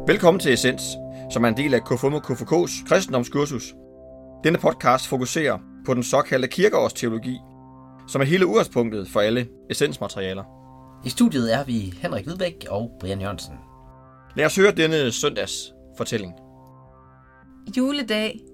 Velkommen til Essens, som er en del af KFUM og KFK's kristendomskursus. Denne podcast fokuserer på den såkaldte kirkeårsteologi, som er hele udgangspunktet for alle essensmaterialer. I studiet er vi Henrik Hvidbæk og Brian Jørgensen. Lad os høre denne søndags fortælling. Juledag.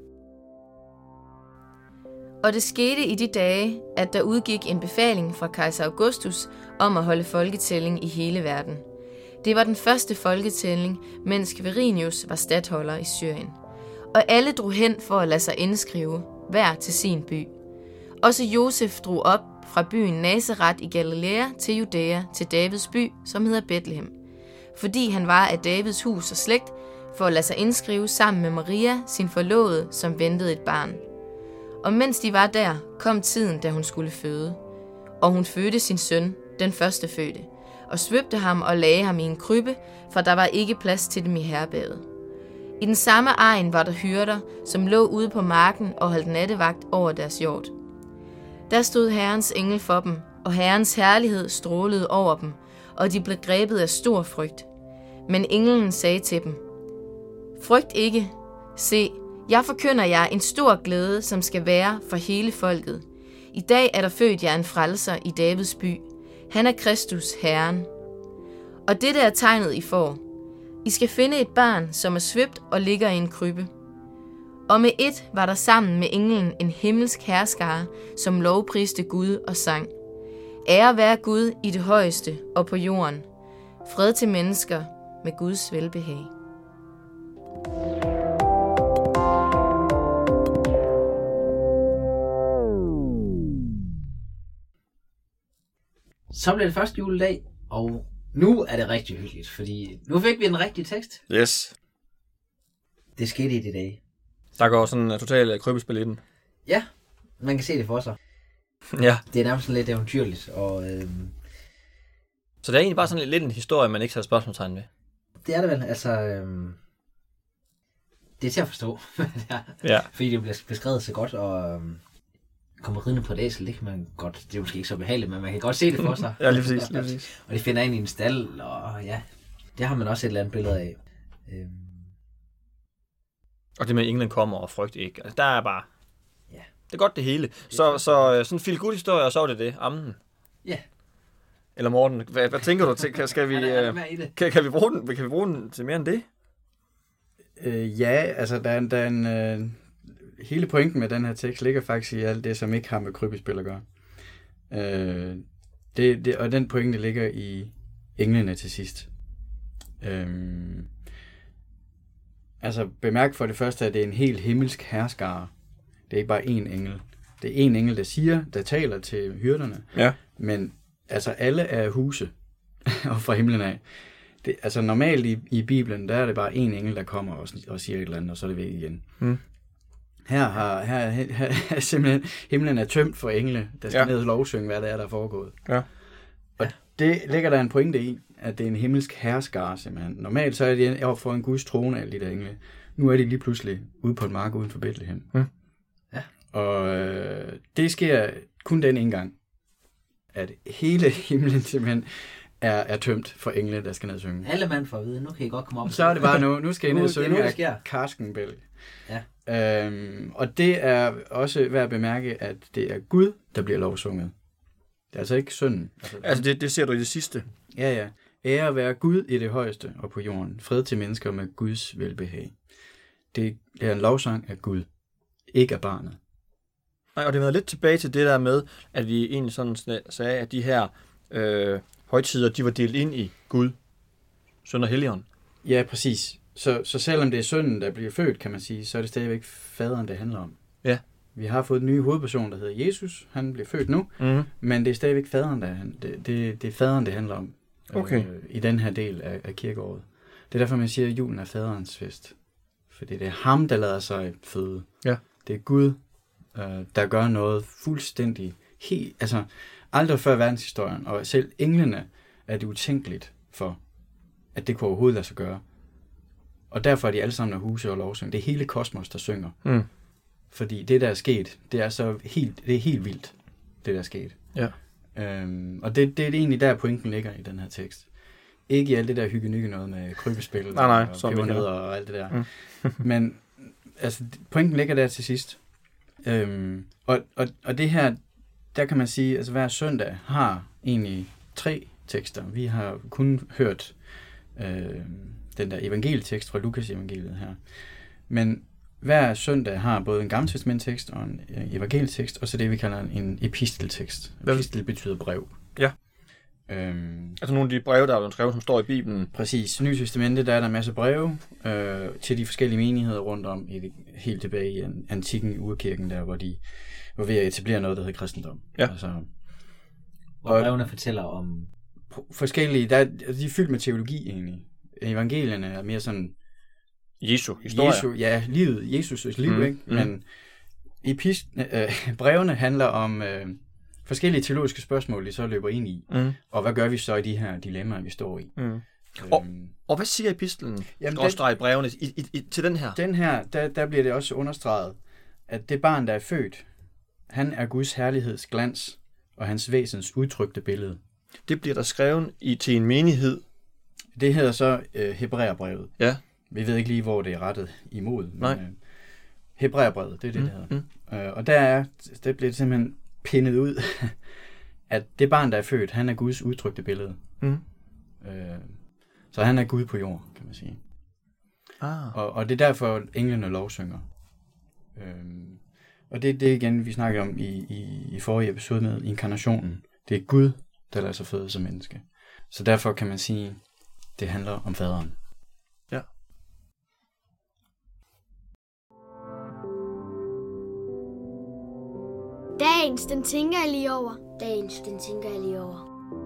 Og det skete i de dage, at der udgik en befaling fra kejser Augustus om at holde folketælling i hele verden. Det var den første folketælling, mens Quirinius var statholder i Syrien. Og alle drog hen for at lade sig indskrive, hver til sin by. Også Josef drog op fra byen Nazaret i Galilea til Judæa til Davids by, som hedder Betlehem. Fordi han var af Davids hus og slægt, for at lade sig indskrive sammen med Maria, sin forlovede, som ventede et barn. Og mens de var der, kom tiden, da hun skulle føde. Og hun fødte sin søn, den førstefødte, og svøbte ham og lagde ham i en krybbe, for der var ikke plads til dem i herberget. I den samme egen var der hyrder, som lå ude på marken og holdt nattevagt over deres hjort. Der stod Herrens engel for dem, og Herrens herlighed strålede over dem, og de blev grebet af stor frygt. Men englen sagde til dem: Frygt ikke, se, jeg forkynder jer en stor glæde, som skal være for hele folket. I dag er der født jer en frelser i Davids by. Han er Kristus, Herren. Og dette er tegnet, I får. I skal finde et barn, som er svøbt og ligger i en krybbe. Og med et var der sammen med englen en himmelsk herskare, som lovpriste Gud og sang: Ære være Gud i det højeste og på jorden. Fred til mennesker med Guds velbehag. Så blev det første juledag, og nu er det rigtig hyggeligt, fordi nu fik vi en rigtig tekst. Yes. Det skete i de dage. Der går sådan en total krybespil i den. Ja, man kan se det for sig. Ja. Det er nærmest sådan lidt eventyrligt, og Så det er egentlig bare sådan lidt en historie, man ikke har spørgsmålstegn ved. det er det vel, altså det er til at forstå, hvad det er. Ja. Fordi det bliver beskrevet så godt, og kommer ridende på et æsel, det kan man godt, det er måske ikke så behageligt, men man kan godt se det for sig. Ja, lige præcis. Og de finder ind i en stald, og ja, det har man også et eller andet billede af. Og det med, at England kommer og frygt ikke. Altså, der er bare... Ja. Det er godt det hele. Så sådan en feel-good historie, og så var det. Amen. Ja. Eller Morten, hvad tænker du til? Skal vi, kan vi bruge den til mere end det? Ja, altså der er en hele pointen med den her tekst ligger faktisk i alt det, som ikke har med krybespil at gøre. Og den pointe ligger i englene til sidst. Altså bemærk for det første, at det er en helt himmelsk herskare. Det er ikke bare én engel. Det er én engel, der taler til hyrderne. Ja. Men altså alle er huse og fra himlen af. Det, altså normalt i Bibelen, der er det bare én engel, der kommer og siger et eller andet, og så er det væk igen. Her er simpelthen himlen er tømt for engle, der skal ned og lovsynge, hvad det er, der er foregået. Ja. Og det ligger der en pointe i, at det er en himmelsk herskare simpelthen. Normalt så er de over for en Guds trone, alle de der engle. Nu er de lige pludselig ude på en mark uden for Betlehem. Ja. Og det sker kun den ene gang, at hele himlen simpelthen er tømt for engle, der skal ned og synge. Alle mand får at vide, nu kan I godt komme op. Så er det bare nu skal I ned og synge af Karskenbælg. Ja. Og det er også værd at bemærke, at det er Gud, der bliver lovsunget. Det er altså ikke synden. Altså det ser du i det sidste. Ja. Ære være Gud i det højeste og på jorden. Fred til mennesker med Guds velbehag. Det er en lovsang af Gud, ikke af barnet. Nej, og det var lidt tilbage til det der med, at vi egentlig sådan sagde, at de her højtider, de var delt ind i Gud, Søn og Helligånd. Ja, præcis. Så selvom det er sønnen, der bliver født, kan man sige, så er det stadigvæk faderen, det handler om. Ja. Vi har fået en ny hovedperson, der hedder Jesus. Han bliver født nu, men det er stadigvæk faderen, det er faderen, det handler om. Okay. I den her del af kirkeåret. Det er derfor, man siger, at julen er faderens fest. Fordi det er ham, der lader sig føde. Ja. Det er Gud, der gør noget fuldstændig helt, altså aldrig før verdenshistorien, og selv englene er det utænkeligt for, at det kunne overhovedet lade sig gøre. Og derfor er de alle sammen af huse og lovsang. Det er hele kosmos, der synger. Fordi det, der er sket, det er helt vildt, det der er sket. Ja. Og det er egentlig der, pointen ligger i den her tekst. Ikke i alt det der hygge noget med krybespil nej, og pebernødder og alt det der. Men altså, pointen ligger der til sidst. Og det her, der kan man sige, altså hver søndag har egentlig 3 tekster. Vi har kun hørt den der evangelietekst fra Lukas evangeliet her. Men hver søndag har både en gammeltestamentekst og en evangelietekst, og så det, vi kalder en episteltekst. Epistel betyder brev. Ja. Altså nogle af de breve, der er blevet skrevet, som står i Bibelen. Præcis. Nye Testamente, der er der en masse breve til de forskellige menigheder rundt om, helt tilbage i antikken i urkirken, der hvor de var ved at etablere noget, der hedder kristendom. Ja. Altså, og brevene fortæller om forskellige, de er fyldt med teologi egentlig. Evangelierne er mere sådan Jesu historie. Livet, Jesus' liv, ikke? Men brevene handler om forskellige teologiske spørgsmål, de så løber ind i. Og hvad gør vi så i de her dilemmaer, vi står i? Og hvad siger epistlen? Brevene til den her? Den her, der bliver det også understreget, at det barn, der er født, han er Guds herligheds glans og hans væsens udtrykte billede. Det bliver der skrevet til en menighed. Det hedder så Hebræerbrevet. Ja. Vi ved ikke lige, hvor det er rettet imod. Nej. Men Hebræerbrevet, det er det, det hedder. Og der bliver det simpelthen pindet ud, at det barn, der er født, han er Guds udtrykte billede. Så han er Gud på jord, kan man sige. Og det er derfor, englene lovsynger. Og det er igen, vi snakker om i forrige episode med inkarnationen. Det er Gud, der lader sig føde som menneske. Så derfor kan man sige, det handler om faderen. Ja. Dagens, den tænker jeg lige over. Dagens, den tænker jeg lige over.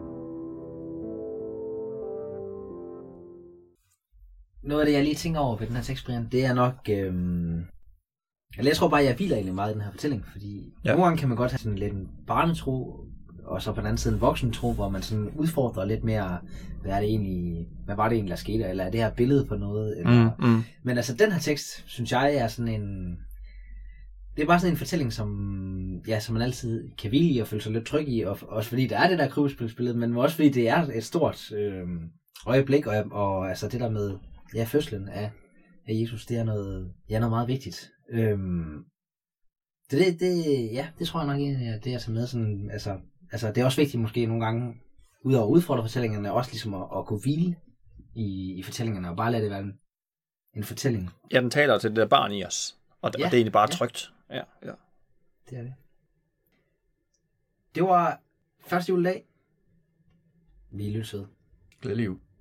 Noget af det, jeg lige tænker over ved den her tekst, Brian, det er nok... jeg tror bare, jeg hviler egentlig meget i den her fortælling, fordi nogle gange kan man godt have sådan lidt en barnetro, og så på den anden side en voksentro, hvor man sådan udfordrer lidt mere, hvad var det egentlig, der skete, eller er det her billede på noget? Eller... Men altså, den her tekst, synes jeg, er sådan en... Det er bare sådan en fortælling, som man altid kan hvile i og føle sig lidt tryg i, og også fordi der er det der krybespilsbillede, men også fordi det er et stort øjeblik, og altså det der med fødslen af Jesus, det er noget meget vigtigt. Det tror jeg nok, det jeg tager med sådan, altså det er også vigtigt måske nogle gange, udover at udfordre fortællingerne, også ligesom at kunne hvile i fortællingerne, og bare lade det være en fortælling. Ja, den taler til det der barn i os, og det er egentlig bare trygt. Ja. Det er det. Det var første juledag. Vi er løsede. Glædelig jul.